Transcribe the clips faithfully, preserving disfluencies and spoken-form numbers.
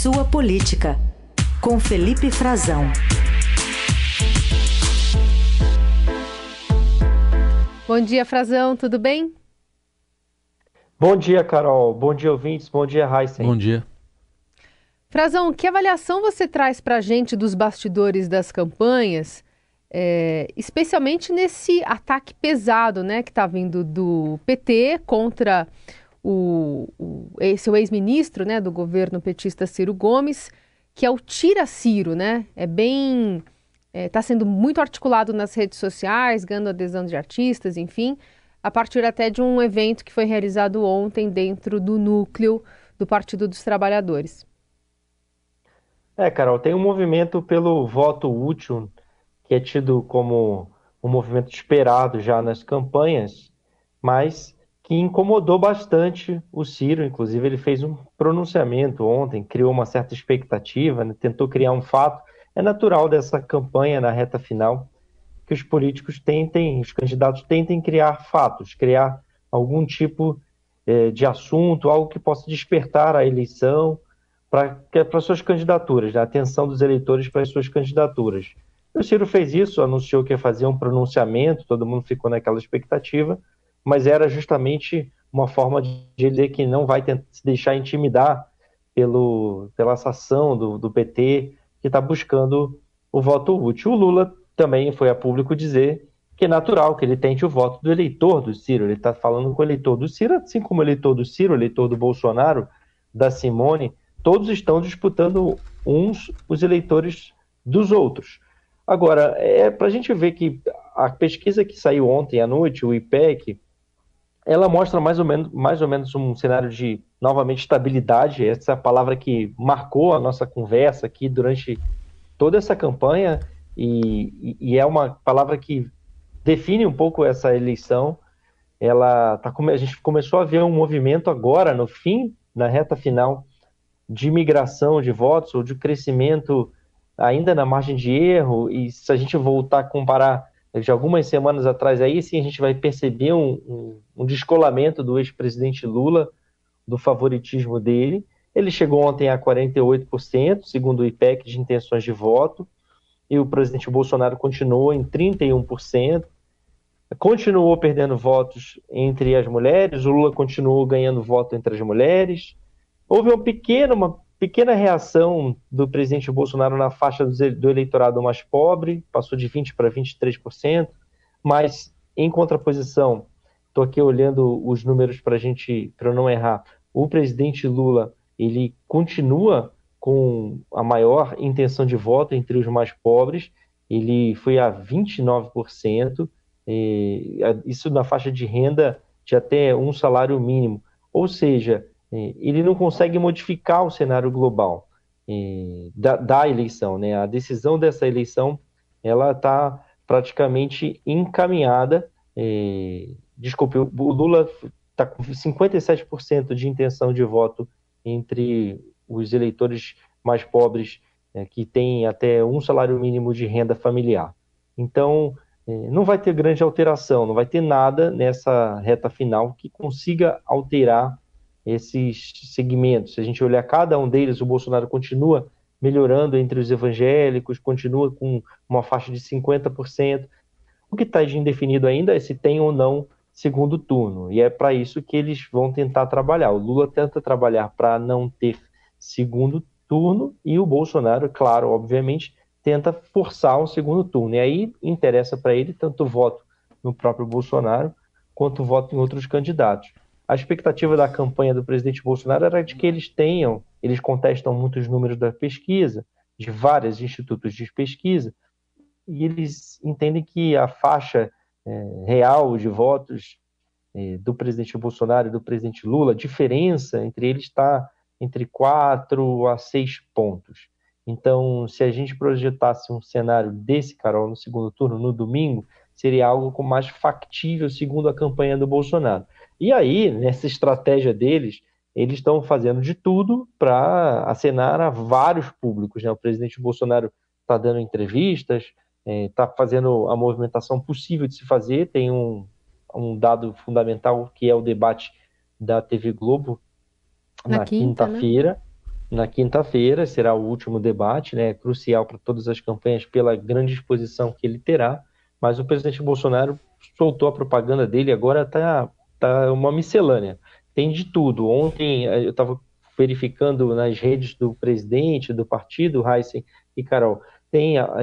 Sua Política, com Felipe Frazão. Bom dia, Frazão, tudo bem? Bom dia, Carol. Bom dia, ouvintes. Bom dia, Heisen. Bom dia. Frazão, que avaliação você traz para a gente dos bastidores das campanhas, é, especialmente nesse ataque pesado, né, que está vindo do P T contra o, o seu ex-ministro, né, do governo petista Ciro Gomes, que é o Tira Ciro, né? É bem, está sendo muito articulado nas redes sociais, ganhando adesão de artistas, enfim, a partir até de um evento que foi realizado ontem dentro do núcleo do Partido dos Trabalhadores. É, Carol, tem um movimento pelo voto útil, que é tido como um movimento esperado já nas campanhas, mas que incomodou bastante o Ciro. Inclusive, ele fez um pronunciamento ontem, criou uma certa expectativa, né? Tentou criar um fato. É natural dessa campanha na reta final que os políticos tentem, os candidatos tentem criar fatos, criar algum tipo eh, de assunto, algo que possa despertar a eleição para as suas candidaturas, né? A atenção dos eleitores para as suas candidaturas. O Ciro fez isso, anunciou que ia fazer um pronunciamento, todo mundo ficou naquela expectativa, mas era justamente uma forma de dizer que não vai tentar se deixar intimidar pelo, pela essa ação do, do P T, que está buscando o voto útil. O Lula também foi a público dizer que é natural que ele tente o voto do eleitor do Ciro. Ele está falando com o eleitor do Ciro, assim como o eleitor do Ciro, o eleitor do Bolsonaro, da Simone, todos estão disputando uns os eleitores dos outros. Agora, é para a gente ver que a pesquisa que saiu ontem à noite, o IPEC, ela mostra mais ou menos, mais ou menos um cenário de, novamente, estabilidade. Essa é a palavra que marcou a nossa conversa aqui durante toda essa campanha e, e é uma palavra que define um pouco essa eleição. Ela tá, a gente começou a ver um movimento agora, no fim, na reta final, de migração de votos ou de crescimento ainda na margem de erro. E se a gente voltar a comparar de algumas semanas atrás, aí sim a gente vai perceber um, um, um descolamento do ex-presidente Lula, do favoritismo dele. Ele chegou ontem a quarenta e oito por cento, segundo o IPEC, de intenções de voto, e o presidente Bolsonaro continuou em trinta e um por cento, continuou perdendo votos entre as mulheres, o Lula continuou ganhando voto entre as mulheres. Houve uma pequena, uma pequena reação do presidente Bolsonaro na faixa do eleitorado mais pobre, passou de vinte por cento para vinte e três por cento, mas em contraposição, estou aqui olhando os números para a gente, para eu não errar, o presidente Lula, ele continua com a maior intenção de voto entre os mais pobres, ele foi a vinte e nove por cento, e isso na faixa de renda de até um salário mínimo, ou seja, ele não consegue modificar o cenário global eh, da, da eleição, né? A decisão dessa eleição, ela está praticamente encaminhada. Eh, desculpe, o Lula está com cinquenta e sete por cento de intenção de voto entre os eleitores mais pobres, eh, que têm até um salário mínimo de renda familiar. Então, eh, não vai ter grande alteração, não vai ter nada nessa reta final que consiga alterar esses segmentos. Se a gente olhar cada um deles, o Bolsonaro continua melhorando entre os evangélicos, continua com uma faixa de cinquenta por cento. O que está indefinido ainda é se tem ou não segundo turno, e é para isso que eles vão tentar trabalhar. O Lula tenta trabalhar para não ter segundo turno e o Bolsonaro, claro, obviamente, tenta forçar um segundo turno. E aí interessa para ele tanto o voto no próprio Bolsonaro quanto o voto em outros candidatos. A expectativa da campanha do presidente Bolsonaro era de que eles tenham, eles contestam muitos números da pesquisa, de vários institutos de pesquisa, e eles entendem que a faixa é, real de votos é, do presidente Bolsonaro e do presidente Lula, a diferença entre eles está entre quatro a seis pontos. Então, se a gente projetasse um cenário desse, Carol, no segundo turno, no domingo, seria algo com mais factível, segundo a campanha do Bolsonaro. E aí, nessa estratégia deles, eles estão fazendo de tudo para acenar a vários públicos, né? O presidente Bolsonaro está dando entrevistas, está é, fazendo a movimentação possível de se fazer. Tem um, um dado fundamental que é o debate da T V Globo na, na quinta, quinta-feira, né? na quinta-feira, será o último debate, né, crucial para todas as campanhas pela grande exposição que ele terá, mas o presidente Bolsonaro soltou a propaganda dele, agora está tá uma miscelânea, tem de tudo. Ontem eu estava verificando nas redes do presidente, do partido, Heisen e Carol, tem, é,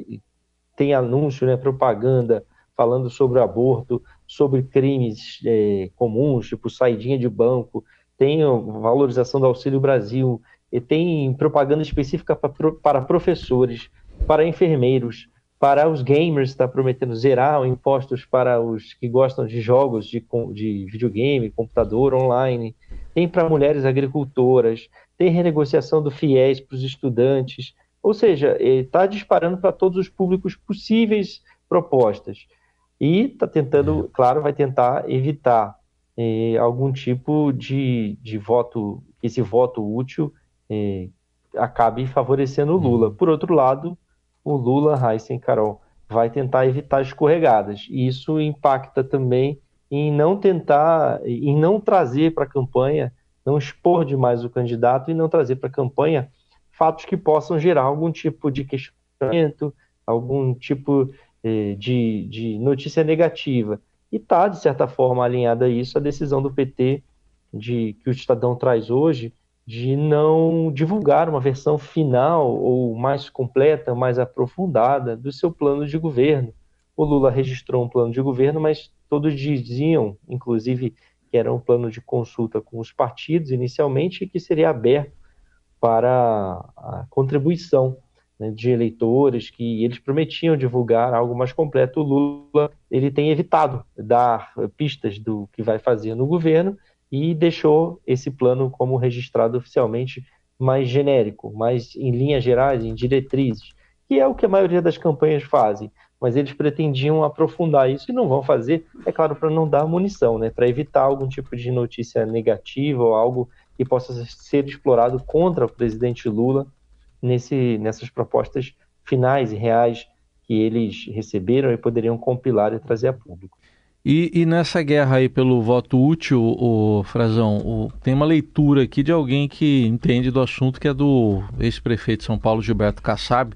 tem anúncio, né, propaganda, falando sobre aborto, sobre crimes é, comuns, tipo saidinha de banco, tem valorização do Auxílio Brasil, e tem propaganda específica para, para professores, para enfermeiros, para os gamers, está prometendo zerar impostos para os que gostam de jogos de, de videogame, computador, online, tem para mulheres agricultoras, tem renegociação do FIES para os estudantes, ou seja, está disparando para todos os públicos possíveis propostas. E está tentando, claro, vai tentar evitar eh, algum tipo de, de voto, que esse voto útil eh, acabe favorecendo o Lula. Por outro lado, o Lula, Heisen e Carol, vai tentar evitar escorregadas. E isso impacta também em não tentar, em não trazer para a campanha, não expor demais o candidato e não trazer para a campanha fatos que possam gerar algum tipo de questionamento, algum tipo De, de notícia negativa. E está, de certa forma, alinhada a isso a decisão do P T de, que o Estadão traz hoje de não divulgar uma versão final ou mais completa, mais aprofundada do seu plano de governo. O Lula registrou um plano de governo, mas todos diziam, inclusive, que era um plano de consulta com os partidos inicialmente e que seria aberto para a contribuição de eleitores, que eles prometiam divulgar algo mais completo. O Lula ele tem evitado dar pistas do que vai fazer no governo e deixou esse plano como registrado oficialmente mais genérico, mais em linhas gerais, em diretrizes, que é o que a maioria das campanhas fazem, mas eles pretendiam aprofundar isso e não vão fazer, é claro, para não dar munição, né? Para evitar algum tipo de notícia negativa ou algo que possa ser explorado contra o presidente Lula Nesse, nessas propostas finais e reais que eles receberam e poderiam compilar e trazer a público. E, e nessa guerra aí pelo voto útil, o Frazão, o, tem uma leitura aqui de alguém que entende do assunto, que é do ex-prefeito de São Paulo, Gilberto Kassab.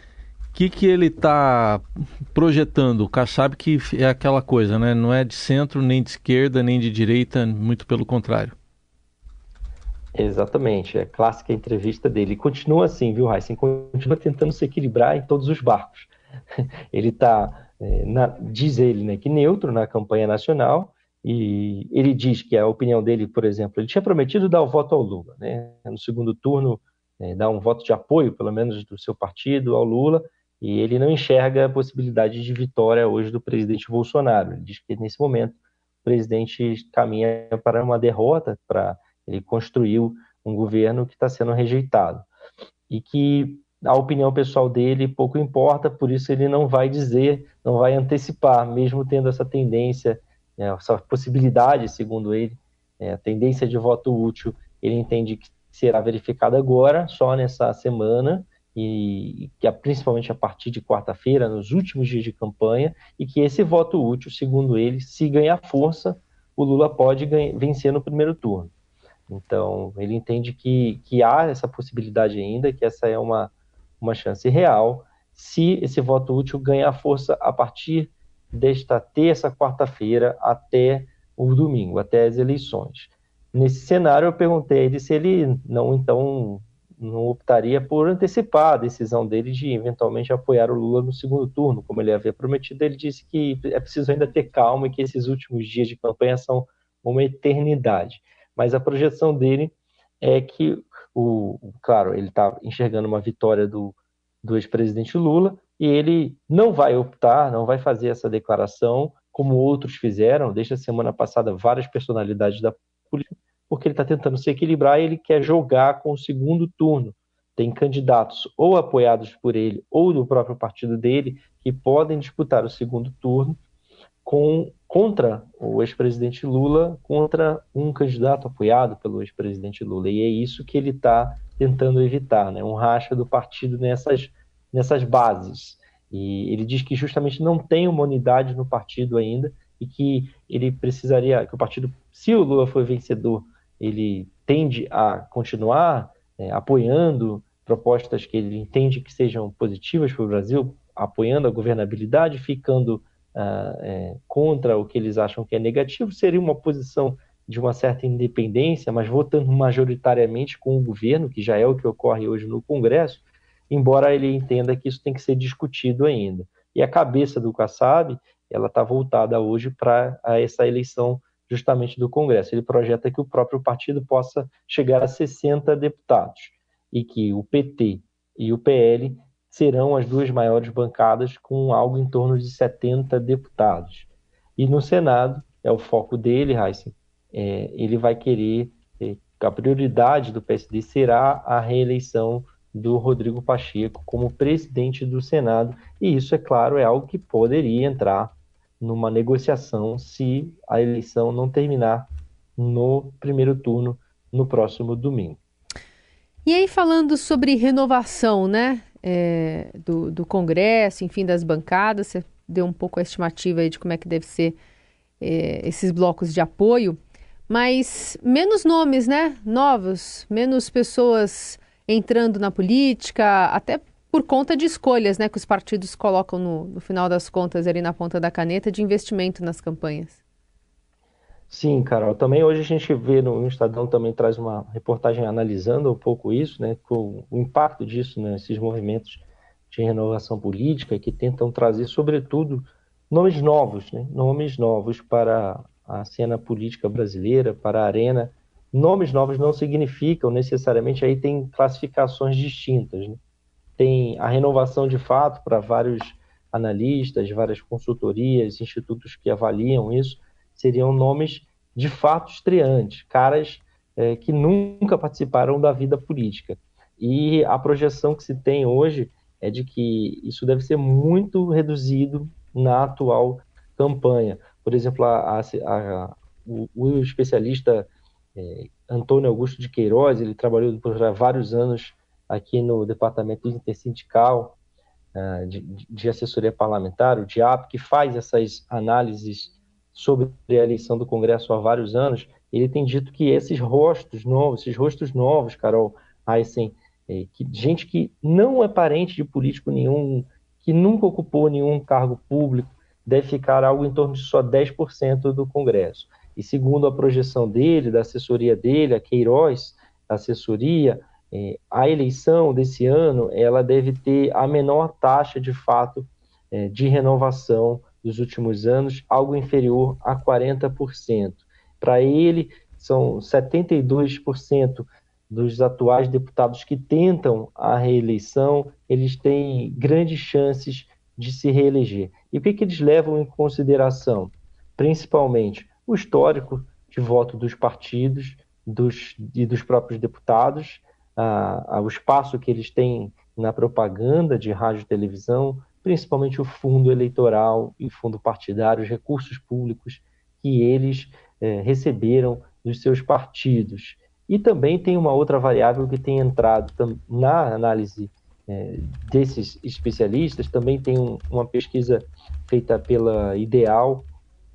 O que, que ele está projetando? O Kassab, que é aquela coisa, né? Não é de centro, nem de esquerda, nem de direita, muito pelo contrário. Exatamente, é a clássica entrevista dele. Continua assim, viu, Heisen? Continua tentando se equilibrar em todos os barcos. Ele está, é, diz ele, né, que neutro na campanha nacional, e ele diz que a opinião dele, por exemplo, ele tinha prometido dar o voto ao Lula, né, no segundo turno, é, dar um voto de apoio, pelo menos do seu partido, ao Lula, e ele não enxerga a possibilidade de vitória hoje do presidente Bolsonaro. Ele diz que nesse momento o presidente caminha para uma derrota, para ele construiu um governo que está sendo rejeitado e que a opinião pessoal dele pouco importa, por isso ele não vai dizer, não vai antecipar, mesmo tendo essa tendência, essa possibilidade, segundo ele, a tendência de voto útil, ele entende que será verificada agora, só nessa semana, e que principalmente a partir de quarta-feira, nos últimos dias de campanha, e que esse voto útil, segundo ele, se ganhar força, o Lula pode ganhar, vencer no primeiro turno. Então, ele entende que, que há essa possibilidade ainda, que essa é uma, uma chance real, se esse voto útil ganhar força a partir desta terça, quarta-feira, até o domingo, até as eleições. Nesse cenário, eu perguntei a ele se ele não, então, não optaria por antecipar a decisão dele de eventualmente apoiar o Lula no segundo turno, como ele havia prometido. Ele disse que é preciso ainda ter calma e que esses últimos dias de campanha são uma eternidade. Mas a projeção dele é que, o, claro, ele está enxergando uma vitória do, do ex-presidente Lula e ele não vai optar, não vai fazer essa declaração como outros fizeram, desde a semana passada, várias personalidades da política, porque ele está tentando se equilibrar e ele quer jogar com o segundo turno. Tem candidatos ou apoiados por ele ou do próprio partido dele que podem disputar o segundo turno com, contra o ex-presidente Lula, contra um candidato apoiado pelo ex-presidente Lula. E é isso que ele está tentando evitar, né? Um racha do partido nessas, nessas bases. E ele diz que justamente não tem uma unidade no partido ainda e que ele precisaria, que o partido, se o Lula for vencedor, ele tende a continuar é, apoiando propostas que ele entende que sejam positivas para o Brasil, apoiando a governabilidade, ficando ah, é, contra o que eles acham que é negativo, seria uma posição de uma certa independência, mas votando majoritariamente com o governo, que já é o que ocorre hoje no Congresso, embora ele entenda que isso tem que ser discutido ainda. E a cabeça do Kassab, ela está voltada hoje para essa eleição justamente do Congresso. Ele projeta que o próprio partido possa chegar a sessenta deputados e que o P T e o P L serão as duas maiores bancadas com algo em torno de setenta deputados. E no Senado, é o foco dele, Heisen, é, ele vai querer, é, a prioridade do P S D será a reeleição do Rodrigo Pacheco como presidente do Senado, e isso, é claro, é algo que poderia entrar numa negociação se a eleição não terminar no primeiro turno no próximo domingo. E aí, falando sobre renovação, né, é, do, do Congresso, enfim, das bancadas, você deu um pouco a estimativa aí de como é que deve ser é, esses blocos de apoio, mas menos nomes, né, novos, menos pessoas entrando na política, até por conta de escolhas, né, que os partidos colocam no, no final das contas, ali na ponta da caneta, de investimento nas campanhas. Sim, Carol. Também hoje a gente vê no Estadão, também traz uma reportagem analisando um pouco isso, né, com o impacto disso, né, esses movimentos de renovação política que tentam trazer, sobretudo, nomes novos, né, nomes novos para a cena política brasileira, para a arena. Nomes novos não significam necessariamente, aí tem classificações distintas, né? Tem a renovação de fato para vários analistas, várias consultorias, institutos que avaliam isso, seriam nomes de fato estreantes, caras é, que nunca participaram da vida política. E a projeção que se tem hoje é de que isso deve ser muito reduzido na atual campanha. Por exemplo, a, a, a, o, o especialista é, Antônio Augusto de Queiroz, ele trabalhou por vários anos aqui no Departamento Intersindical uh, de, de Assessoria Parlamentar, o DIAP, que faz essas análises sobre a eleição do Congresso há vários anos. Ele tem dito que esses rostos novos, esses rostos novos, Carol Heissen, é, que, gente que não é parente de político nenhum, que nunca ocupou nenhum cargo público, deve ficar algo em torno de só dez por cento do Congresso. E segundo a projeção dele, da assessoria dele, a Queiroz, a assessoria, é, a eleição desse ano, ela deve ter a menor taxa, de fato, é, de renovação dos últimos anos, algo inferior a quarenta por cento. Para ele, são setenta e dois por cento dos atuais deputados que tentam a reeleição, eles têm grandes chances de se reeleger. E o que, que eles levam em consideração? Principalmente o histórico de voto dos partidos dos, e dos próprios deputados, a, a, o espaço que eles têm na propaganda de rádio e televisão, principalmente o fundo eleitoral e fundo partidário, os recursos públicos que eles eh, receberam dos seus partidos. E também tem uma outra variável que tem entrado na análise eh, desses especialistas, também tem um, uma pesquisa feita pela Ideal,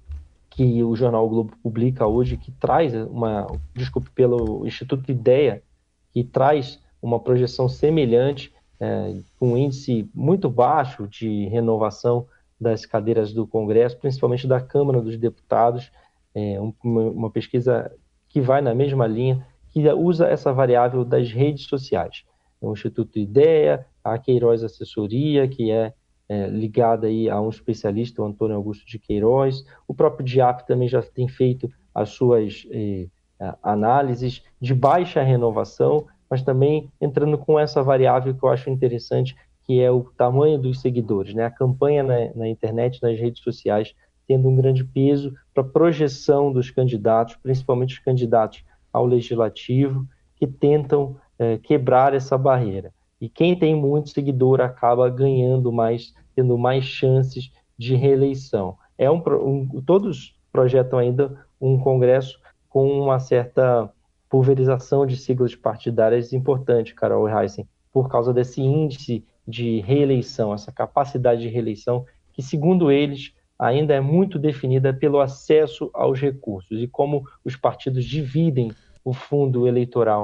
que o jornal o Globo publica hoje, que traz uma, desculpe, pelo Instituto Ideia, que traz uma projeção semelhante, é, com um índice muito baixo de renovação das cadeiras do Congresso, principalmente da Câmara dos Deputados, é, uma, uma pesquisa que vai na mesma linha, que usa essa variável das redes sociais. É o Instituto Ideia, a Queiroz Assessoria, que é, é ligada aí a um especialista, o Antônio Augusto de Queiroz. O próprio DIAP também já tem feito as suas eh, análises de baixa renovação, mas também entrando com essa variável que eu acho interessante, que é o tamanho dos seguidores, né? A campanha na, na internet, nas redes sociais, tendo um grande peso para a projeção dos candidatos, principalmente os candidatos ao legislativo, que tentam eh, quebrar essa barreira. E quem tem muito seguidor acaba ganhando mais, tendo mais chances de reeleição. É um, um, todos projetam ainda um Congresso com uma certa pulverização de siglas partidárias importante, Carol Heissen, por causa desse índice de reeleição, essa capacidade de reeleição, que, segundo eles, ainda é muito definida pelo acesso aos recursos e como os partidos dividem o fundo eleitoral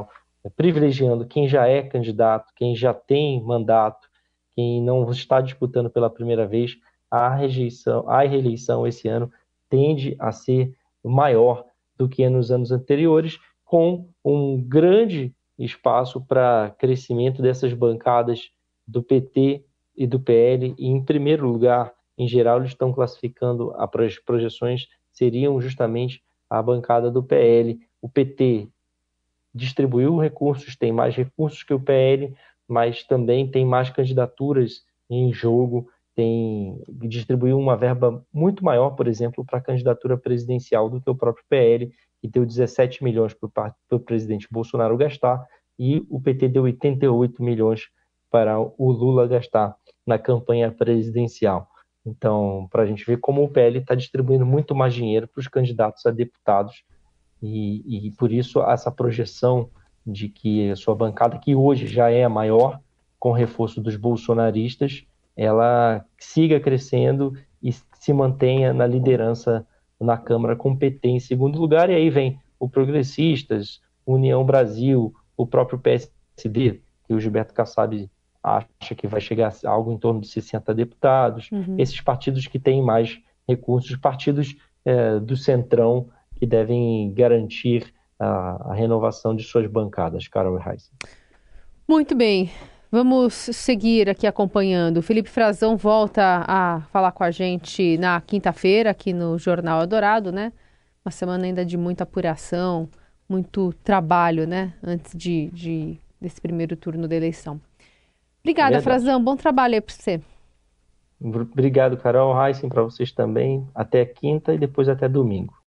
privilegiando quem já é candidato, quem já tem mandato, quem não está disputando pela primeira vez. A rejeição, a reeleição esse ano tende a ser maior do que nos anos anteriores, com um grande espaço para crescimento dessas bancadas do P T e do P L. E, em primeiro lugar, em geral, eles estão classificando, as projeções seriam justamente a bancada do P L. O P T distribuiu recursos, tem mais recursos que o P L, mas também tem mais candidaturas em jogo, tem distribuiu uma verba muito maior, por exemplo, para a candidatura presidencial do que o próprio P L, que deu dezessete milhões para o presidente Bolsonaro gastar, e o P T deu oitenta e oito milhões para o Lula gastar na campanha presidencial. Então, para a gente ver como o P L está distribuindo muito mais dinheiro para os candidatos a deputados, e, e por isso essa projeção de que a sua bancada, que hoje já é a maior, com reforço dos bolsonaristas, ela siga crescendo e se mantenha na liderança na Câmara, com o P T em segundo lugar. E aí vem o Progressistas, União Brasil, o próprio P S D, que o Gilberto Kassab acha que vai chegar a algo em torno de sessenta deputados. Uhum. Esses partidos que têm mais recursos, partidos é, do Centrão, que devem garantir a, a renovação de suas bancadas, Carol e Raíssa. Muito bem. Vamos seguir aqui acompanhando. O Felipe Frazão volta a falar com a gente na quinta-feira, aqui no Jornal Eldorado, né? Uma semana ainda de muita apuração, muito trabalho, né? Antes de, de, desse primeiro turno da eleição. Obrigada, Verdade. Frazão. Bom trabalho aí para você. Obrigado, Carol, Raíssa, para vocês também. Até quinta e depois até domingo.